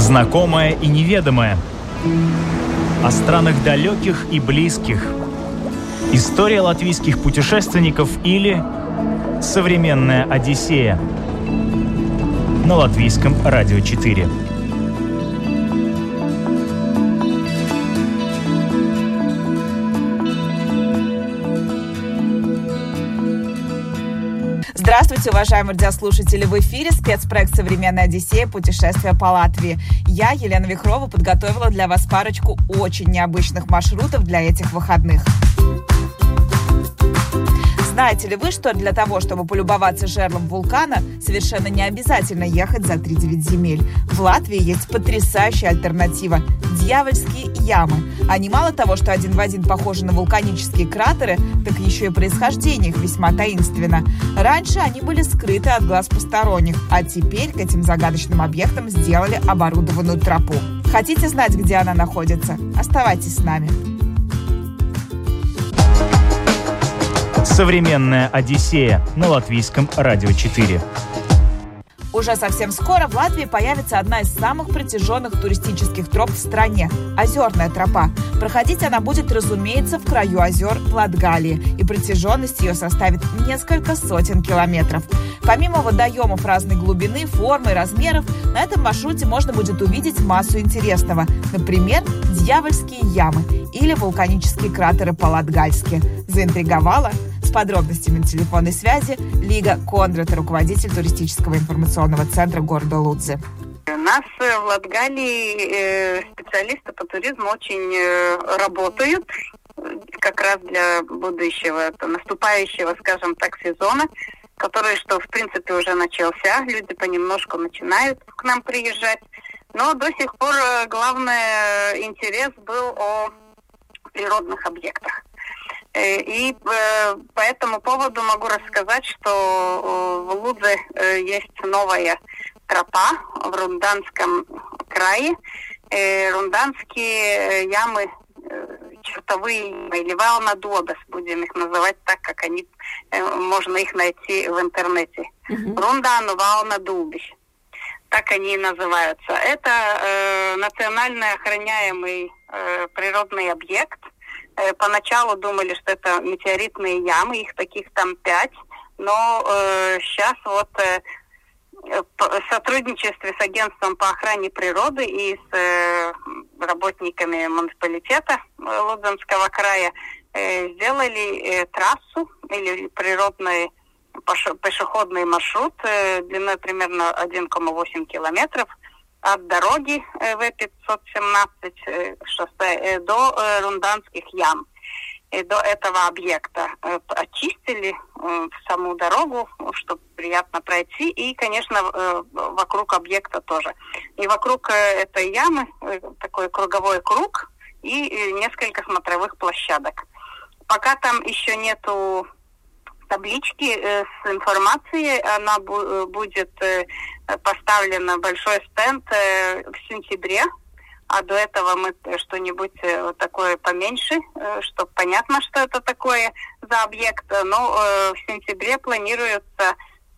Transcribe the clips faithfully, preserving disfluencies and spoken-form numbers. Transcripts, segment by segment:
Знакомое и неведомое. О странах далеких и близких. История латвийских путешественников или современная Одиссея. На Латвийском радио четыре. Здравствуйте, уважаемые радиослушатели! В эфире спецпроект «Современная Одиссея. Путешествие по Латвии». Я, Елена Вихрова, подготовила для вас парочку очень необычных маршрутов для этих выходных. Знаете ли вы, что для того, чтобы полюбоваться жерлом вулкана, совершенно не обязательно ехать за три девять земель? В Латвии есть потрясающая альтернатива – дьявольские ямы. Они мало того, что один в один похожи на вулканические кратеры, так еще и происхождение их весьма таинственно. Раньше они были скрыты от глаз посторонних, а теперь к этим загадочным объектам сделали оборудованную тропу. Хотите знать, где она находится? Оставайтесь с нами. Современная Одиссея на Латвийском радио четыре. Уже совсем скоро в Латвии появится одна из самых протяженных туристических троп в стране – Озерная тропа. Проходить она будет, разумеется, в краю озер Латгалии, и протяженность ее составит несколько сотен километров. Помимо водоемов разной глубины, формы и размеров, на этом маршруте можно будет увидеть массу интересного. Например, дьявольские ямы или вулканические кратеры по-латгальски. Заинтриговала? С подробностями на телефонной связи Лига Кондрат, руководитель туристического информационного центра города Лудзи. У нас в Латгалии специалисты по туризму очень работают как раз для будущего, наступающего, скажем так, сезона, который, что в принципе уже начался, люди понемножку начинают к нам приезжать, но до сих пор главный интерес был о природных объектах. И по этому поводу могу рассказать, что в Лудзе есть новая тропа в Рунданском крае. Рунданские ямы, чертовые или валнадобес, будем их называть так, как они, можно их найти в интернете. Mm-hmm. Рундану валнадубис. Так они и называются. Это э, национально охраняемый э, природный объект. Поначалу думали, что это метеоритные ямы, их таких там пять, но э, сейчас вот э, в сотрудничестве с агентством по охране природы и с э, работниками муниципалитета Лудзенского края э, сделали э, трассу или природный пешеходный маршрут э, длиной примерно один целых восемь километров от дороги вэ пятьсот семнадцать шоссе до Рунданских ям, и до этого объекта. Очистили саму дорогу, чтобы приятно пройти, и, конечно, вокруг объекта тоже. И вокруг этой ямы такой круговой круг и несколько смотровых площадок. Пока там еще нету таблички э, с информацией, она бу- будет э, поставлена большой стенд э, в сентябре, а до этого мы что-нибудь э, такое поменьше, э, чтобы понятно, что это такое за объект. Но э, в сентябре планируется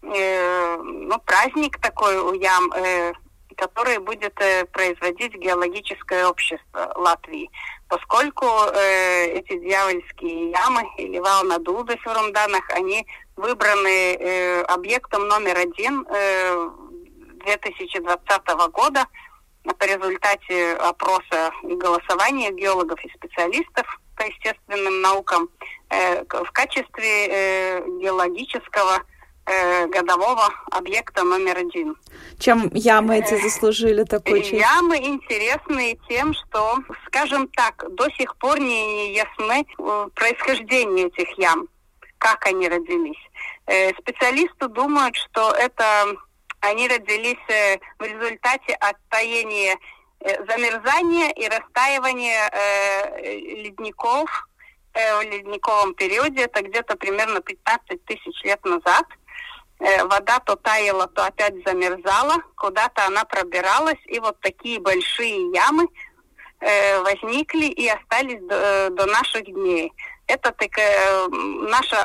э, ну, праздник такой у ям, э, который будет э, производить геологическое общество Латвии. Поскольку э, эти дьявольские ямы или валнадубес в Рунданах, они выбраны э, объектом номер один э, две тысячи двадцатого года по результате опроса и голосования геологов и специалистов по естественным наукам э, в качестве э, геологического э, годового объекта номер один. Чем ямы эти заслужили такой честь? Ямы интересные тем, что, скажем так, до сих пор не ясны происхождение этих ям, как они родились. Специалисты думают, что это они родились в результате оттаяния, замерзания и растаивания ледников в ледниковом периоде. Это где-то примерно пятнадцать тысяч лет назад. Вода то таяла, то опять замерзала, куда-то она пробиралась, и вот такие большие ямы э, возникли и остались до, до наших дней. Это такая, наша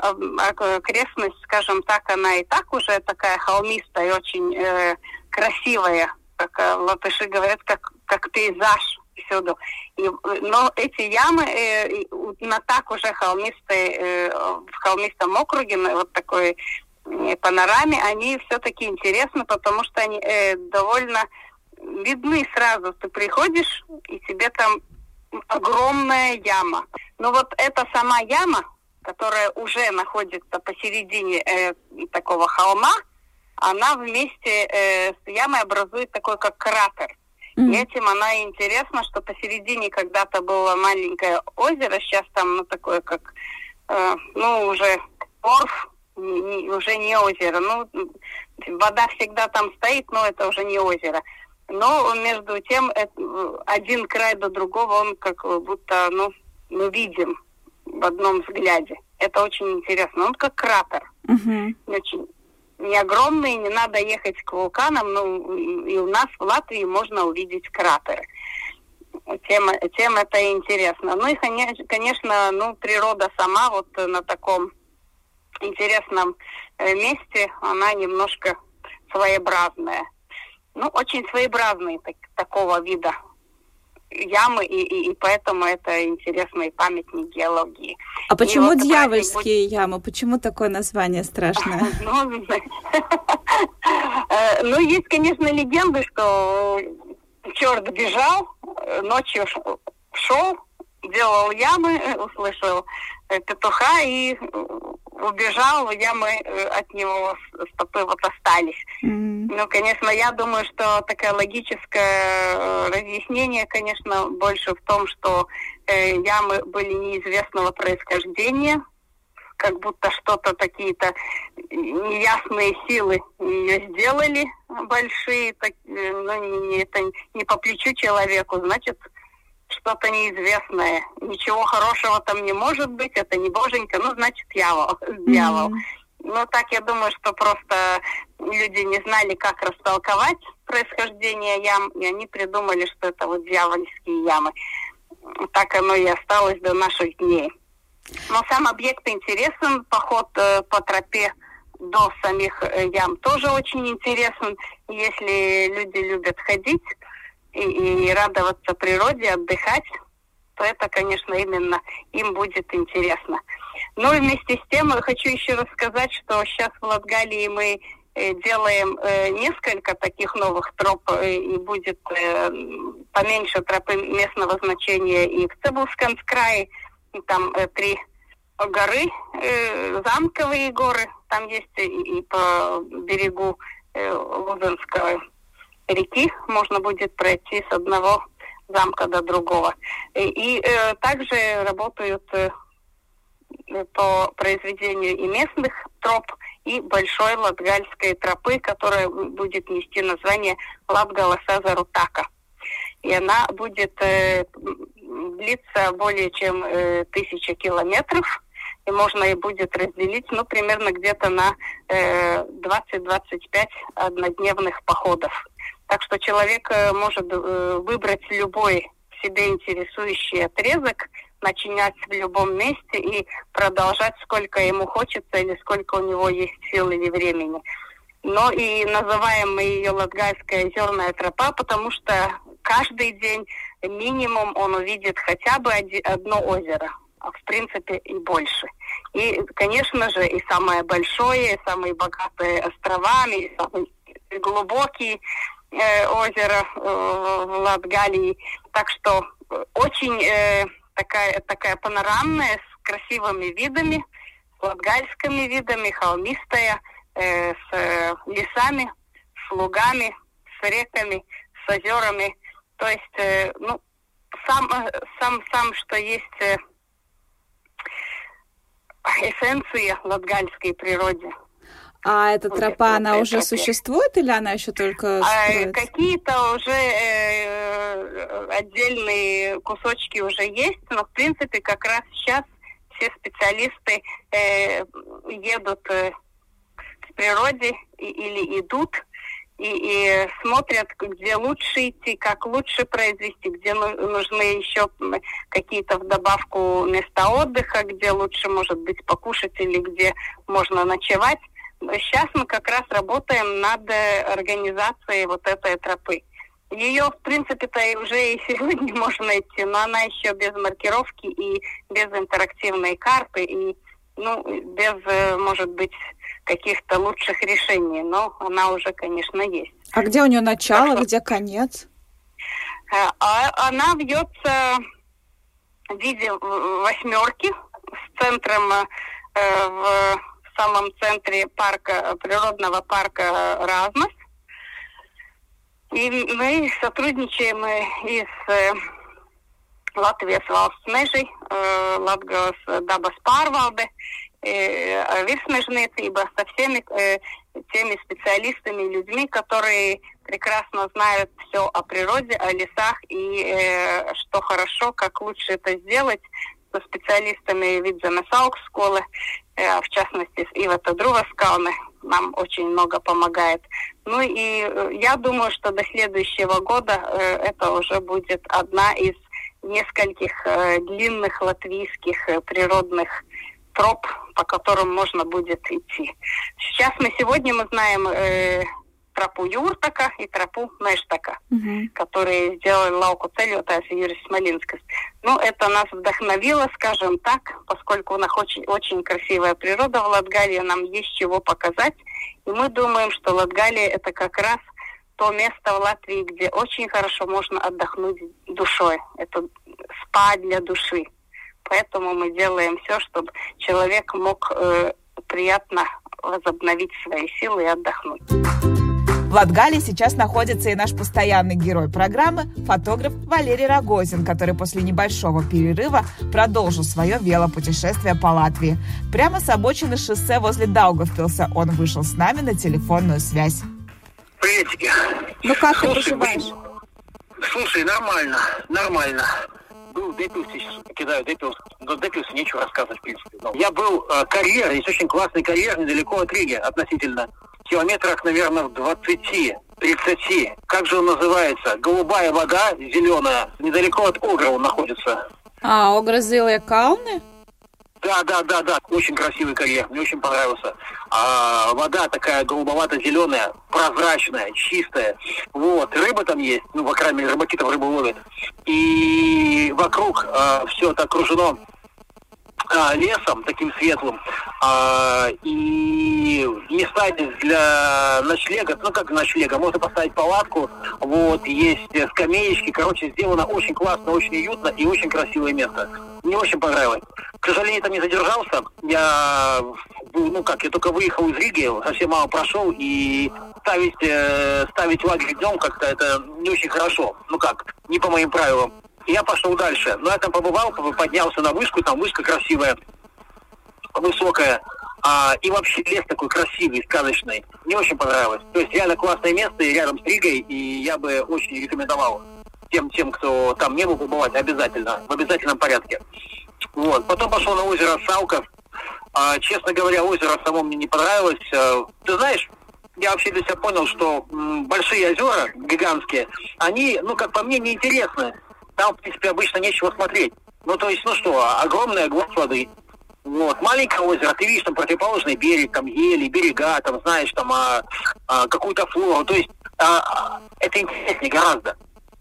окрестность, скажем так, она и так уже такая холмистая, очень э, красивая как латыши говорят, как, как пейзаж всюду. И, но эти ямы э, на так уже холмистой, э, в холмистом округе, на вот такой э, панораме, они все-таки интересны, потому что они э, довольно видны сразу. Ты приходишь, и тебе там огромная яма. Но вот эта сама яма, которая уже находится посередине э, такого холма, она вместе э, с ямой образует такой, как кратер. Mm. И этим она и интересна, что посередине когда-то было маленькое озеро, сейчас там, ну, такое, как, э, ну, уже торф, не, не, уже не озеро. Ну, вода всегда там стоит, но это уже не озеро. Но между тем это, один край до другого, он как будто, ну, мы видим в одном взгляде. Это очень интересно. Он как кратер. Uh-huh. Очень не огромный, не надо ехать к вулканам, но и у нас в Латвии можно увидеть кратеры. Тем, тем это интересно. Ну и, конечно, ну, природа сама вот на таком интересном месте, она немножко своеобразная. Ну, очень своеобразные так, такого вида ямы, и, и, и поэтому это интересный памятник геологии. А почему вот дьявольские будет... ямы? Почему такое название страшное? Ну, есть, конечно, легенды, что черт бежал, ночью шел, делал ямы, услышал петуха и убежал, ямы от него стопы вот остались. Mm-hmm. Ну, конечно, я думаю, что такое логическое разъяснение, конечно, больше в том, что э, ямы были неизвестного происхождения, как будто что-то, какие-то неясные силы ее сделали большие, так, ну, не, это не по плечу человеку, значит, что-то неизвестное. Ничего хорошего там не может быть, это не боженька, ну, значит, дьявол. дьявол. Mm-hmm. Ну, так я думаю, что просто люди не знали, как растолковать происхождение ям, и они придумали, что это вот дьявольские ямы. Так оно и осталось до наших дней. Но сам объект интересен, поход э, по тропе до самих э, ям тоже очень интересен. Если люди любят ходить и, и радоваться природе, отдыхать, то это, конечно, именно им будет интересно. Ну и вместе с тем хочу еще рассказать, что сейчас в Латгалии мы э, делаем э, несколько таких новых троп, э, и будет э, поменьше тропы местного значения и в Цибулском крае, и там э, три горы, э, замковые горы, там есть и, и по берегу э, Лузенской реки можно будет пройти с одного замка до другого. И, и э, также работают э, по произведению и местных троп, и большой латгальской тропы, которая будет нести название Латгала-Сазарутака. И она будет э, длиться более чем э, тысяча километров, и можно и будет разделить, ну, примерно где-то на э, двадцать-двадцать пять однодневных походов. Так что человек э, может э, выбрать любой себе интересующий отрезок, начинать в любом месте и продолжать, сколько ему хочется или сколько у него есть сил или времени. Но и называем мы ее Латгальская озерная тропа, потому что каждый день минимум он увидит хотя бы один, одно озеро, а в принципе и больше. И, конечно же, и самое большое, и самые богатые островами, и самые глубокие э, озера э, в Латгалии. Так что очень э, такая, такая панорамная, с красивыми видами, с латгальскими видами, холмистая, э, с э, лесами, с лугами, с реками, с озерами. То есть, э, ну, сам, сам, сам, что есть э, эссенция латгальской природы. А эта тропа, она уже тропе. существует или она еще только строится? А, какие-то уже э, отдельные кусочки уже есть, но в принципе как раз сейчас все специалисты э, едут э, в природе и, или идут и, и смотрят, где лучше идти, как лучше произвести, где нужны еще какие-то в добавку места отдыха, где лучше, может быть, покушать или где можно ночевать. сейчас мы как раз работаем над организацией вот этой тропы. Ее, в принципе-то, уже и сегодня можно найти, но она еще без маркировки и без интерактивной карты, и ну, без, может быть, каких-то лучших решений, но она уже, конечно, есть. А где у нее начало, что, где конец? А, она вьется в виде восьмерки с центром э, в самом центре парка, природного парка Разнос. И мы сотрудничаем и с Латвijas valsts meži, Latgales dabas pārvalde, virsmežniecīба, со всеми теми специалистами и людьми, которые прекрасно знают все о природе, о лесах и что хорошо, как лучше это сделать, со специалистами Видземес Augstskole, в частности, с Ивета Друваскалны, нам очень много помогает. Ну и я думаю, что до следующего года это уже будет одна из нескольких э, длинных латвийских э, природных троп, по которым можно будет идти. Сейчас мы сегодня мы знаем э, тропу Юртака и тропу Мештака, uh-huh. которые сделали Лауку Цельотас и Юрис Смолинскис. Ну, это нас вдохновило, скажем так, поскольку у нас очень, очень красивая природа в Латгалии, нам есть чего показать. И мы думаем, что Латгалия это как раз то место в Латвии, где очень хорошо можно отдохнуть душой. Это спа для души. Поэтому мы делаем все, чтобы человек мог э, приятно возобновить свои силы и отдохнуть. В Латгалии сейчас находится и наш постоянный герой программы, фотограф Валерий Рогозин, который после небольшого перерыва продолжил свое велопутешествие по Латвии. Прямо с обочины шоссе возле Даугавпилса он вышел с нами на телефонную связь. Приветики. Ну как слушай, ты поживаешь? Слушай, нормально, нормально. Был, допился, кидаю, допился. Но допился, нечего рассказывать, в принципе. Но я был, э, карьер, есть очень классный карьер недалеко от Риги, относительно. В километрах, наверное, в двадцати-тридцати. Как же он называется? Голубая вода, зеленая. Недалеко от Огра он находится. А, Огра-Зилые Калны? Да, да, да, да. Очень красивый карьер. Мне очень понравился. А, вода такая голубовато-зеленая, прозрачная, чистая. Вот. Рыба там есть. Ну, по крайней мере, рыбаки там рыбу ловят. И вокруг а, все это окружено а, лесом таким светлым. А, и места для ночлега, ну как ночлега, можно поставить палатку. Вот. Есть скамеечки. Короче, сделано очень классно, очень уютно и очень красивое место. Мне очень понравилось. К сожалению, там не задержался. Я, ну как, я только выехал из Риги, совсем мало прошел, и ставить, э, ставить лагерь днем как-то это не очень хорошо. Ну как, не по моим правилам. И я пошел дальше. Но я там побывал, поднялся на вышку, там вышка красивая, высокая. А, и вообще лес такой красивый, сказочный. Мне очень понравилось. То есть реально классное место и рядом с Ригой, и я бы очень рекомендовал тем, тем, кто там не был, побывать обязательно, в обязательном порядке. Вот. Потом пошел на озеро Салков. А, честно говоря, озеро само мне не понравилось. А, ты знаешь, я вообще для себя понял, что м, большие озера, гигантские, они, ну, как по мне, неинтересны. Там, в принципе, обычно нечего смотреть. Ну, то есть, ну что, огромная гладь воды. Вот. Маленькое озеро, ты видишь там противоположный берег, там ели, берега, там, знаешь, там а, а, какую-то флору. То есть, а, это интереснее гораздо.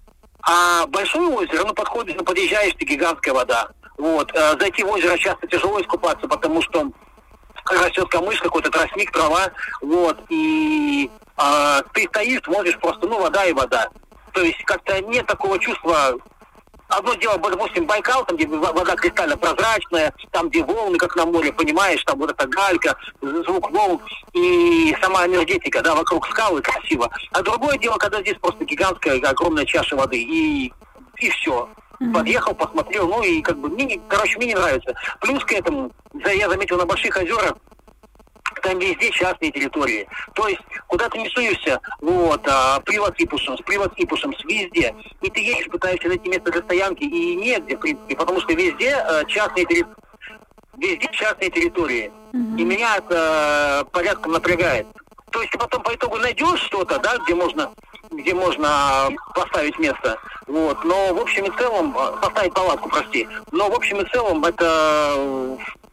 А большое озеро, ну, подходишь, ну, подъезжаешь, ты гигантская вода. Вот. А, зайти в озеро часто тяжело искупаться, потому что растет камыш, какой-то тростник, трава. Вот. И а, ты стоишь, смотришь просто, ну, вода и вода. То есть как-то нет такого чувства. Одно дело, допустим, Байкал, там, где вода кристально прозрачная, там, где волны, как на море, понимаешь, там вот эта галька, звук волн и сама энергетика, да, вокруг скалы красиво. А другое дело, когда здесь просто гигантская, огромная чаша воды, и, и все. Mm-hmm. Подъехал, посмотрел, ну и как бы, мне, короче, мне не нравится. Плюс к этому, я заметил, на больших озерах, там везде частные территории. То есть, куда ты не суешься, вот, а, привод Ипушем, с привод Ипушем, с везде. И ты едешь, пытаешься найти место для стоянки, и негде, в принципе, потому что везде а, частные территории. Везде частные территории. Mm-hmm. И меня это порядком напрягает. То есть, ты потом по итогу найдешь что-то, да, где можно, где можно поставить место. Вот. Но в общем и целом, поставить палатку, прости. Но в общем и целом это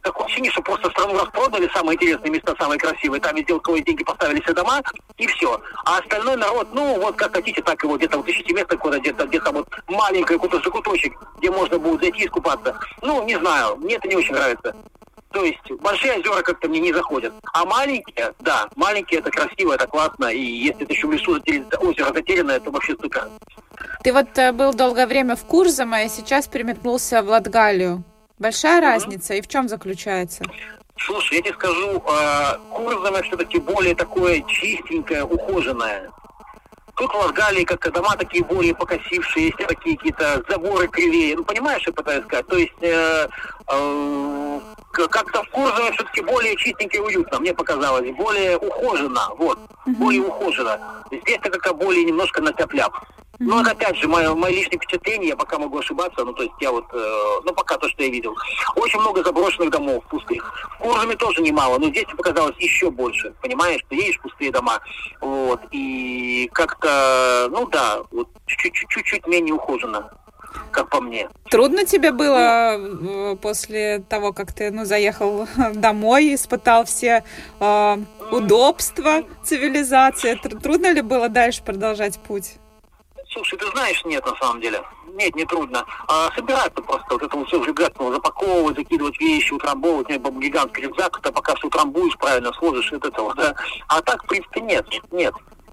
такое ощущение, что просто страну распродали, самые интересные места, самые красивые, там везде, у кого деньги, поставили все дома, и все. А остальной народ, ну, вот как хотите, так его где-то вот ищите место, куда где-то, где-то вот маленький какой-то закуточек, где можно будет зайти и искупаться. Ну, не знаю, мне это не очень нравится. То есть большие озера как-то мне не заходят. А маленькие, да, маленькие это красиво, это классно. И если это еще в лесу озеро затерянное, то вообще супер. Ты вот был долгое время в Курзаме, а сейчас переметнулся в Латгалию. Большая mm-hmm. разница? И в чем заключается? Слушай, я тебе скажу, э, Курзаме все-таки более такое чистенькое, ухоженное. Тут в Латгалии как-то дома такие более покосившие, такие какие-то заборы кривее. Ну, понимаешь, что я пытаюсь сказать? То есть э, э, как-то в Курзаме все-таки более чистенько и уютно, мне показалось. Более ухоженно, вот. Mm-hmm. Более ухоженно. Здесь-то как-то более немножко на тяп-ляп. Mm-hmm. Ну, это опять же, мои, мои личные впечатления, я пока могу ошибаться, ну, то есть я вот, э, ну, пока то, что я видел. Очень много заброшенных домов пустых. В Курзаме тоже немало, но здесь показалось еще больше, понимаешь, ты едешь пустые дома, вот, и как-то, ну, да, вот, чуть-чуть менее ухоженно, как по мне. Трудно тебе было после того, как ты, ну, заехал домой, испытал все э, удобства цивилизации, трудно ли было дальше продолжать путь? Слушай, ты знаешь, нет, на самом деле. Нет, не трудно. А собираться просто, вот это вот все гигантского, запаковывать, закидывать вещи, утрамбовывать, нет, гигантский рюкзак, ты пока все утрамбуешь, правильно сложишь, вот это вот, да. А так, в принципе, нет, нет.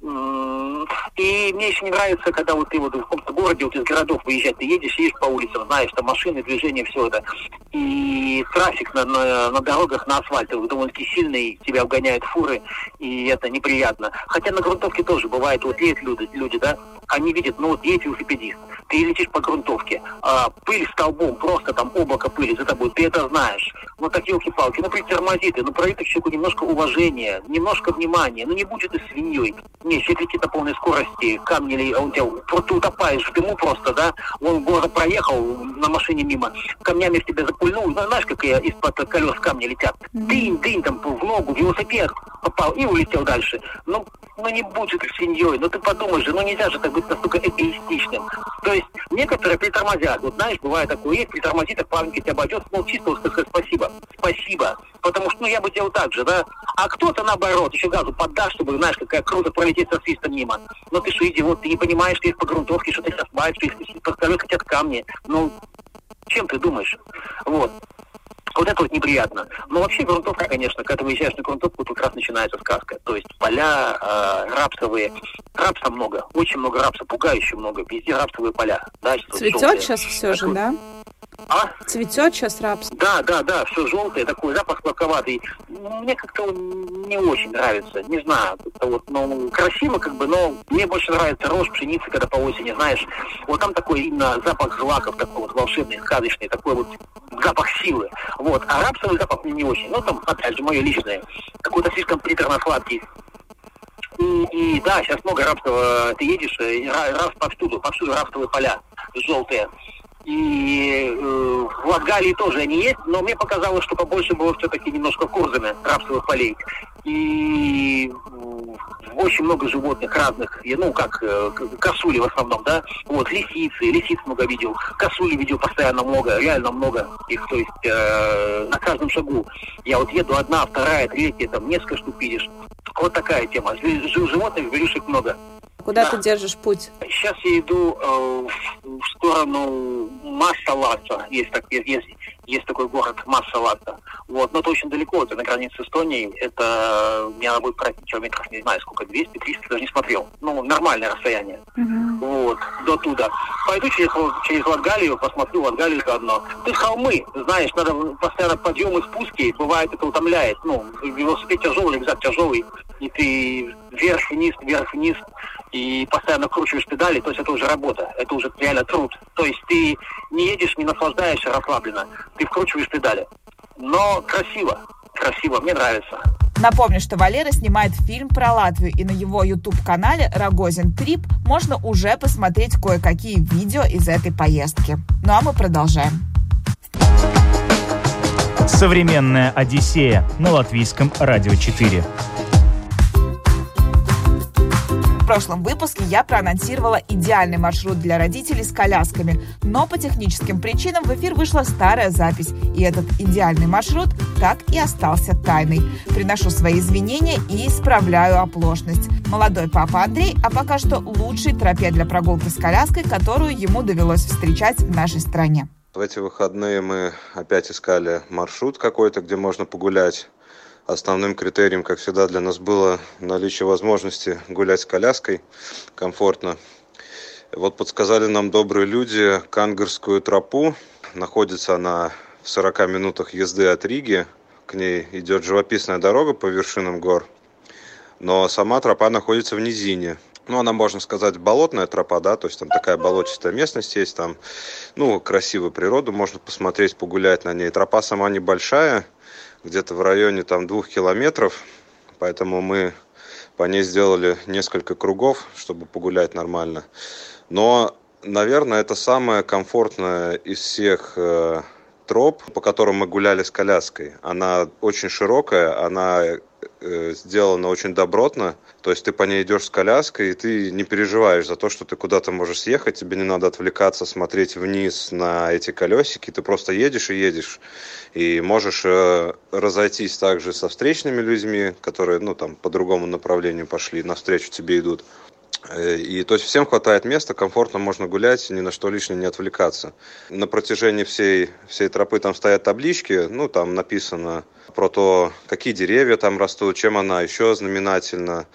И мне еще не нравится, когда вот ты вот в каком-то городе, вот из городов выезжать, ты едешь, едешь по улицам, знаешь, там машины, движение, все это. И трафик на, на, на дорогах, на асфальте довольно-таки сильный, тебя обгоняют фуры, и это неприятно. Хотя на грунтовке тоже бывает, вот едут люди, люди, да, они видят, ну вот едет велосипедист, ты летишь по грунтовке, а, пыль столбом, просто там облако пыли за тобой, ты это знаешь. Ну так елки-палки, ну притормози ты, ну прояви к человеку немножко уважения, немножко внимания, ну не будь ты свиньей. Не, если летит на полной скорости, камни или он тебя, ты утопаешь в дыму просто, да, он город проехал на машине мимо, камнями в тебя запульнул, ну, знаешь, как из-под колес камни летят. Дынь, дынь там в ногу, велосипед попал и улетел дальше. Ну, ну не будь ты свиньей, ну ты подумаешь же, ну нельзя же так быть настолько эгоистичным. То есть некоторые притормозят, вот знаешь, бывает такое, есть, притормозит, так плавненько тебя обойдет, ну чисто вот сказать спасибо, спасибо, потому что, ну я бы делал так же, да, а кто-то наоборот, еще газу поддаст, чтобы, знаешь, какая круто пролететь со свистом мимо. Ну ты что, идиот, ты не понимаешь, что есть по грунтовке, что ты асфальт, что есть по столе хотят камни, ну чем ты думаешь? Вот. Вот это вот неприятно. Но вообще грунтовка, конечно, когда ты выезжаешь на грунтовку, тут как раз начинается сказка. То есть поля э, рапсовые. Рапса много, очень много рапса, пугающе много. Везде рапсовые поля. Да, цветет желтые. Сейчас все же, да? А? Цветет сейчас рапс. Да, да, да, все желтое, такой запах сладковатый. Мне как-то он не очень нравится, не знаю. Это вот, ну, красиво как бы, но мне больше нравится рожь, пшеница, когда по осени, знаешь. Вот там такой именно запах злаков, такой вот волшебный, сказочный, такой вот запах силы. Вот, а рапсовый запах мне не очень. Ну, там, опять же, мое личное. Какой-то слишком приторно-сладкий. И, и да, сейчас много рапсового, ты едешь, раз повсюду, повсюду рапсовые поля, желтые. И э, в Латгалии тоже они есть, но мне показалось, что побольше было все-таки немножко в Курзаме рапсовых полей. И э, очень много животных разных, ну как, э, косули в основном, да, вот, лисицы, лисиц много видел, косули видел постоянно много, реально много их, то есть э, на каждом шагу. Я вот еду одна, вторая, третья, там несколько штук видишь. Вот такая тема. Животных, зверюшек много. Куда да. ты держишь путь? Сейчас я иду э, в, в сторону Массалата. Есть, так, есть, есть такой город Массалата. Вот, но это очень далеко, это на границе с Эстонией. Это мне надо будет пройти километров, не знаю, сколько, двести-триста, даже не смотрел. Ну, нормальное расстояние. Uh-huh. Вот, до туда. Пойду через, через Латгалию, посмотрю Латгалию заодно. Ты холмы, знаешь, надо постоянно подъемы, спуски. Бывает, это утомляет. Ну, велосипед тяжелый, рюкзак тяжелый. И ты вверх-вниз, вверх-вниз. И постоянно кручиваешь педали, то есть это уже работа, это уже реально труд. То есть ты не едешь, не наслаждаешься расслабленно, ты вкручиваешь педали. Но красиво, красиво, мне нравится. Напомню, что Валера снимает фильм про Латвию, и на его YouTube-канале «Рогозин Трип» можно уже посмотреть кое-какие видео из этой поездки. Ну а мы продолжаем. Современная Одиссея на Латвийском радио четыре. В прошлом выпуске я проанонсировала идеальный маршрут для родителей с колясками, но по техническим причинам в эфир вышла старая запись, и этот идеальный маршрут так и остался тайной. Приношу свои извинения и исправляю оплошность. Молодой папа Андрей о пока что лучшей тропе для прогулки с коляской, которую ему довелось встречать в нашей стране. В эти выходные мы опять искали маршрут какой-то, где можно погулять. Основным критерием, как всегда, для нас было наличие возможности гулять с коляской комфортно. Вот подсказали нам добрые люди Кангарскую тропу. Находится она в сорока минутах езды от Риги. К ней идет живописная дорога по вершинам гор. Но сама тропа находится в низине. Ну, она, можно сказать, болотная тропа, да, то есть там такая болотистая местность есть, там, ну, красивую природу можно посмотреть, погулять на ней. Тропа сама небольшая, где-то в районе там двух километров, поэтому мы по ней сделали несколько кругов, чтобы погулять нормально. Но, наверное, это самая комфортная из всех э, троп, по которым мы гуляли с коляской. Она очень широкая, она э, сделана очень добротно, то есть ты по ней идешь с коляской, и ты не переживаешь за то, что ты куда-то можешь съехать, тебе не надо отвлекаться, смотреть вниз на эти колесики, ты просто едешь и едешь. И можешь э, разойтись также со встречными людьми, которые, ну, там, по другому направлению пошли, навстречу тебе идут. И то есть всем хватает места, комфортно можно гулять, ни на что лишнее не отвлекаться. На протяжении всей, всей тропы там стоят таблички, ну, там написано про то, какие деревья там растут, чем она еще знаменательна.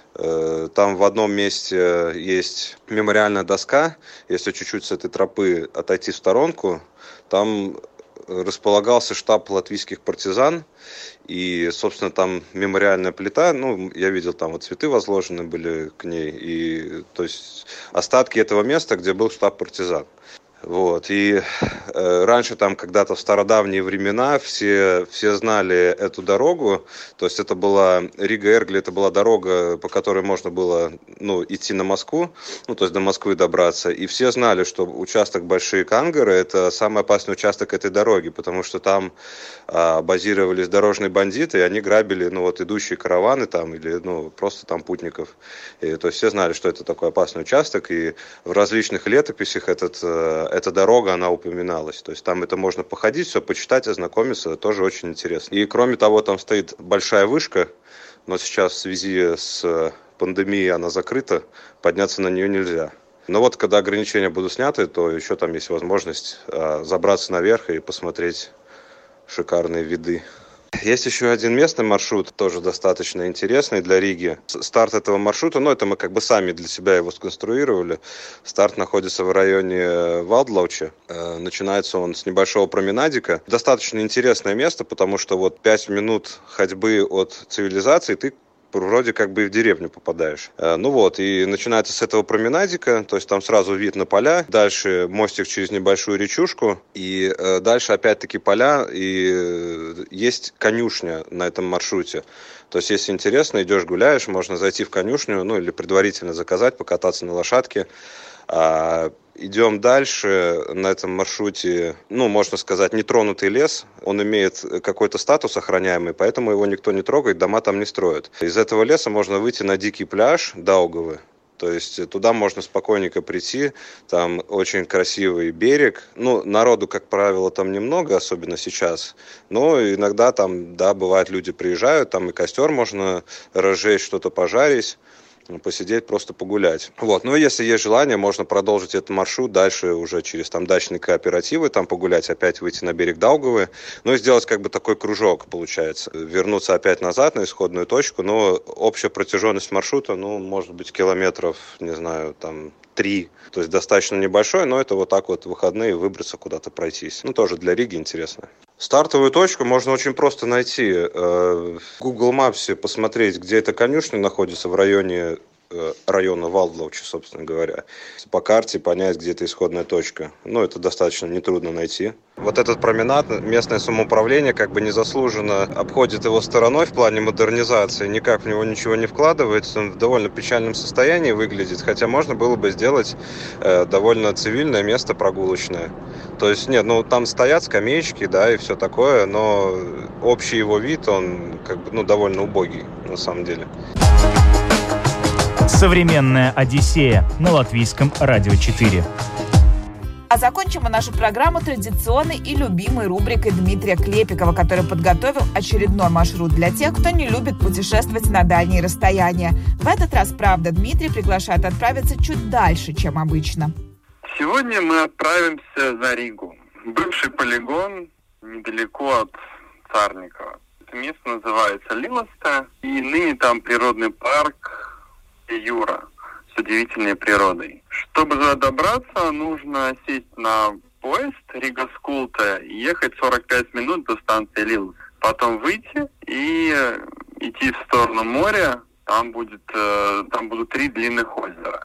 Там в одном месте есть мемориальная доска, если чуть-чуть с этой тропы отойти в сторонку, там располагался штаб латвийских партизан, и, собственно, там мемориальная плита, ну, я видел, там вот цветы возложены были к ней, и, то есть, остатки этого места, где был штаб партизан. Вот, и э, раньше там когда-то в стародавние времена все, все знали эту дорогу, то есть это была Рига-Эргли, это была дорога, по которой можно было, ну, идти на Москву, ну, то есть до Москвы добраться, и все знали, что участок Большие Кангары — это самый опасный участок этой дороги, потому что там э, базировались дорожные бандиты, и они грабили, ну, вот идущие караваны там, или, ну, просто там путников, и, то есть все знали, что это такой опасный участок, и в различных летописях этот э, эта дорога, она упоминалась. То есть там это можно походить, все почитать, ознакомиться, тоже очень интересно. И кроме того, там стоит большая вышка, но сейчас в связи с пандемией она закрыта, подняться на нее нельзя. Но вот когда ограничения будут сняты, то еще там есть возможность забраться наверх и посмотреть шикарные виды. Есть еще один местный маршрут, тоже достаточно интересный для Риги. Старт этого маршрута, ну, это мы как бы сами для себя его сконструировали. Старт находится в районе Валдлауча. Начинается он с небольшого променадика. Достаточно интересное место, потому что вот пять минут ходьбы от цивилизации ты вроде как бы и в деревню попадаешь. Ну вот, и начинается с этого променадика, то есть там сразу вид на поля, дальше мостик через небольшую речушку, и дальше опять-таки поля, и есть конюшня на этом маршруте. То есть, если интересно, идешь гуляешь, можно зайти в конюшню, ну или предварительно заказать, покататься на лошадке. А, идем дальше. На этом маршруте, ну, можно сказать, нетронутый лес. Он имеет какой-то статус охраняемый, поэтому его никто не трогает, дома там не строят. Из этого леса можно выйти на дикий пляж Даугавы. То есть туда можно спокойненько прийти, там очень красивый берег. Ну, народу, как правило, там немного, особенно сейчас. Но иногда там, да, бывает, люди приезжают, там и костер можно разжечь, что-то пожарить, посидеть, просто погулять. Вот. Ну, если есть желание, можно продолжить этот маршрут дальше уже через там дачные кооперативы, там погулять, опять выйти на берег Даугавы, ну и сделать как бы такой кружок, получается. Вернуться опять назад на исходную точку, но общая протяженность маршрута, ну, может быть, километров, не знаю, там, три. То есть достаточно небольшой, но это вот так вот в выходные выбраться куда-то пройтись. Ну, тоже для Риги интересно. Стартовую точку можно очень просто найти. В Google Maps посмотреть, где эта конюшня находится в районе района Валдлауча, собственно говоря. По карте понять, где эта исходная точка. Ну, это достаточно нетрудно найти. Вот этот променад местное самоуправление как бы незаслуженно обходит его стороной в плане модернизации, никак в него ничего не вкладывается, он в довольно печальном состоянии выглядит, хотя можно было бы сделать э, довольно цивильное место прогулочное. То есть, нет, ну, там стоят скамеечки, да, и все такое, но общий его вид, он как бы, ну, довольно убогий, на самом деле. Современная Одиссея на Латвийском радио четыре. А закончим мы нашу программу традиционной и любимой рубрикой Дмитрия Клепикова, который подготовил очередной маршрут для тех, кто не любит путешествовать на дальние расстояния. В этот раз, правда, Дмитрий приглашает отправиться чуть дальше, чем обычно. Сегодня мы отправимся за Ригу. Бывший полигон недалеко от Царникова. Это место называется Лилоста, и ныне там природный парк Юра с удивительной природой. Чтобы туда добраться, нужно сесть на поезд Рига-Скулта и ехать сорок пять минут до станции Лилос. Потом выйти и идти в сторону моря. Там будет, там будут три длинных озера.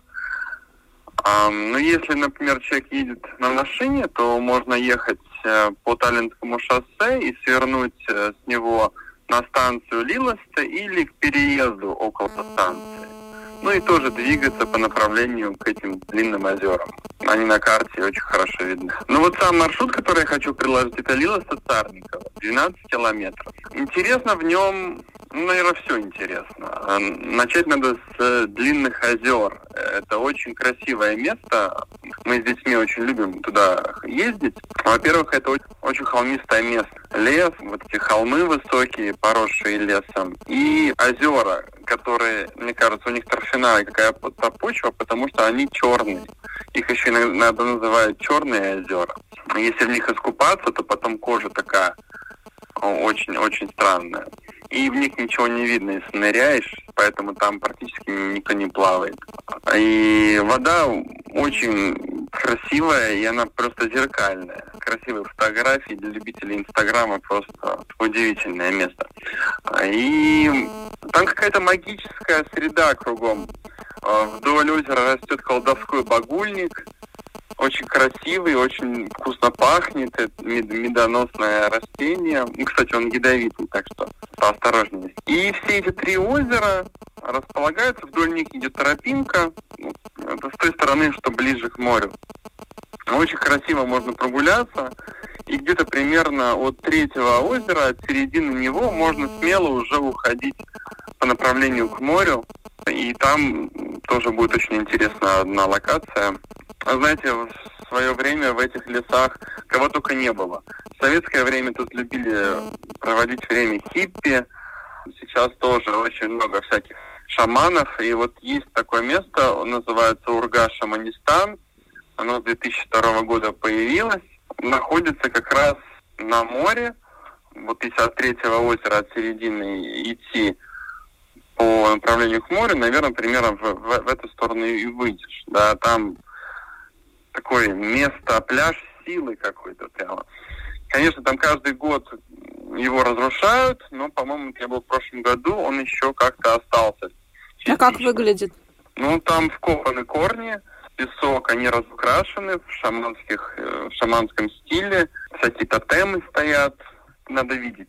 Но если, например, человек едет на машине, то можно ехать по Таллинскому шоссе и свернуть с него на станцию Лилоста или к переезду около станции. Ну и тоже двигаться по направлению к этим длинным озерам. Они на карте очень хорошо видны. Ну вот сам маршрут, который я хочу предложить, это Лилоста-Царниково, двенадцать километров. Интересно в нем, ну, наверное, все интересно. Начать надо с длинных озер. Это очень красивое место. Мы с детьми очень любим туда ездить. Во-первых, это очень, очень холмистое место. Лес, вот эти холмы высокие, поросшие лесом. И озера, которые, мне кажется, у них торфяная какая-то почва, потому что они черные. Их еще иногда называют черные озера. Если в них искупаться, то потом кожа такая очень-очень странная. И в них ничего не видно, если ныряешь, поэтому там практически никто не плавает. И вода очень красивая, и она просто зеркальная. Красивые фотографии для любителей Инстаграма, просто удивительное место. И там какая-то магическая среда кругом. Вдоль озера растет колдовской багульник. Очень красивый, очень вкусно пахнет. Это медоносное растение. И, кстати, он ядовитый, так что поосторожнее. И все эти три озера располагаются, вдоль них идет тропинка. Это с той стороны, что ближе к морю. Очень красиво можно прогуляться. И где-то примерно от третьего озера, от середины него, можно смело уже уходить по направлению к морю. И там тоже будет очень интересная одна локация. Знаете, в свое время в этих лесах кого только не было. В советское время тут любили проводить время хиппи. Сейчас тоже очень много всяких шаманов. И вот есть такое место, он называется Урга-Шаманистан. Оно с две тысячи второго года появилось. Находится как раз на море. Вот если от третьего озера, от середины идти по направлению к морю, наверное, примерно в, в, в эту сторону и выйдешь. Да, там такое место, пляж силы какой-то прямо. Конечно, там каждый год его разрушают, но, по-моему, я был в прошлом году, он еще как-то остался. Частично. А как выглядит? Ну, там вкопаны корни, песок, они разукрашены в шаманских, в шаманском стиле. Всякие тотемы стоят, надо видеть.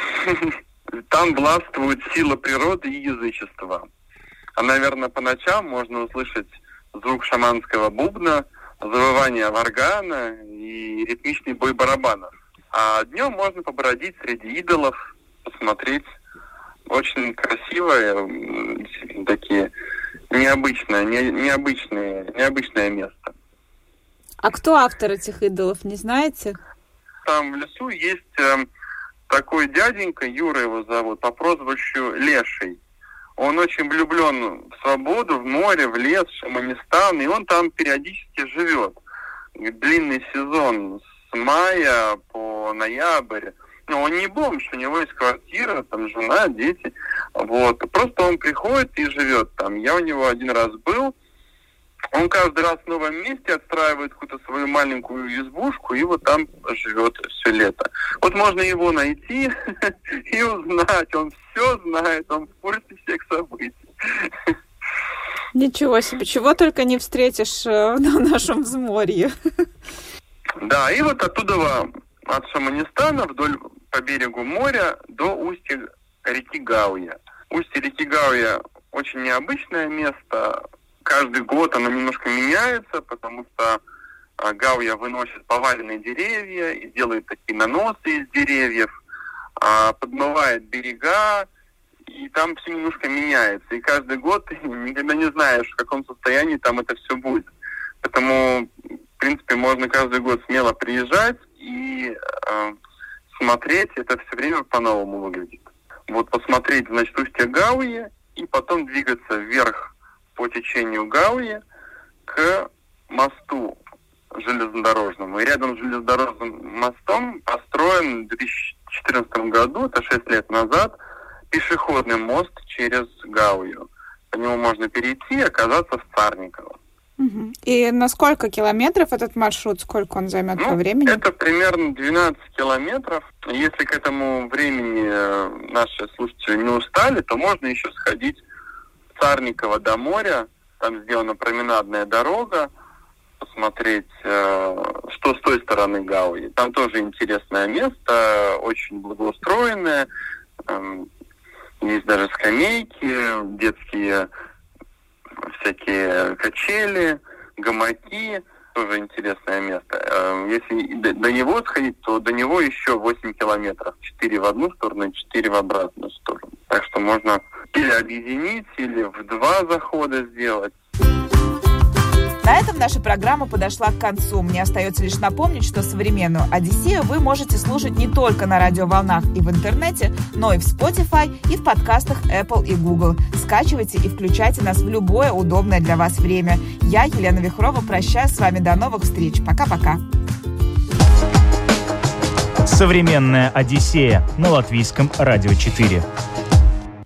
Там властвует сила природы и язычества. А, наверное, по ночам можно услышать звук шаманского бубна, завывание варгана и ритмичный бой барабанов. А днем можно побродить среди идолов, посмотреть. Очень красивое, действительно такие необычное, не, необычное, необычное место. А кто автор этих идолов, не знаете? Там в лесу есть э, такой дяденька, Юра его зовут, по прозвищу Леший. Он очень влюблен в свободу, в море, в лес, в Шаманистан, и он там периодически живет. Длинный сезон с мая по ноябрь. Но он не бомж, у него есть квартира, там жена, дети. Вот. Просто он приходит и живет там. Я у него один раз был. Он каждый раз в новом месте отстраивает какую-то свою маленькую избушку и вот там живет все лето. Вот можно его найти и узнать. Он все знает, он в курсе всех событий. Ничего себе, чего только не встретишь на нашем взморье. Да, и вот оттуда от Шаманистана вдоль по берегу моря до устья реки Гауя. Устье реки Гауя очень необычное место. Каждый год оно немножко меняется, потому что Гауя выносит поваленные деревья и делает такие наносы из деревьев, подмывает берега, и там все немножко меняется. И каждый год ты никогда не знаешь, в каком состоянии там это все будет. Поэтому, в принципе, можно каждый год смело приезжать и э, смотреть, это все время по-новому выглядит. Вот посмотреть, значит, устье Гауи, и потом двигаться вверх по течению Гауи к мосту железнодорожному. И рядом с железнодорожным мостом построен в две тысячи четырнадцатом году, это шесть лет назад, пешеходный мост через Гаую. По нему можно перейти и оказаться в Царниково. Угу. И на сколько километров этот маршрут, сколько он займет ну, по времени? Это примерно двенадцать километров. Если к этому времени наши слушатели не устали, то можно еще сходить в Царниково до моря. Там сделана променадная дорога, посмотреть, что с той стороны Гауи. Там тоже интересное место, очень благоустроенное. Есть даже скамейки, детские всякие качели, гамаки. Тоже интересное место. Если до него сходить, то до него еще восемь километров. четыре в одну сторону, четыре в обратную сторону. Так что можно или объединить, или в два захода сделать. На этом наша программа подошла к концу. Мне остается лишь напомнить, что современную «Одиссею» вы можете слушать не только на радиоволнах и в интернете, но и в Spotify, и в подкастах Apple и Google. Скачивайте и включайте нас в любое удобное для вас время. Я, Елена Вихрова, прощаюсь с вами до новых встреч. Пока-пока. Современная «Одиссея» на Латвийском радио четыре.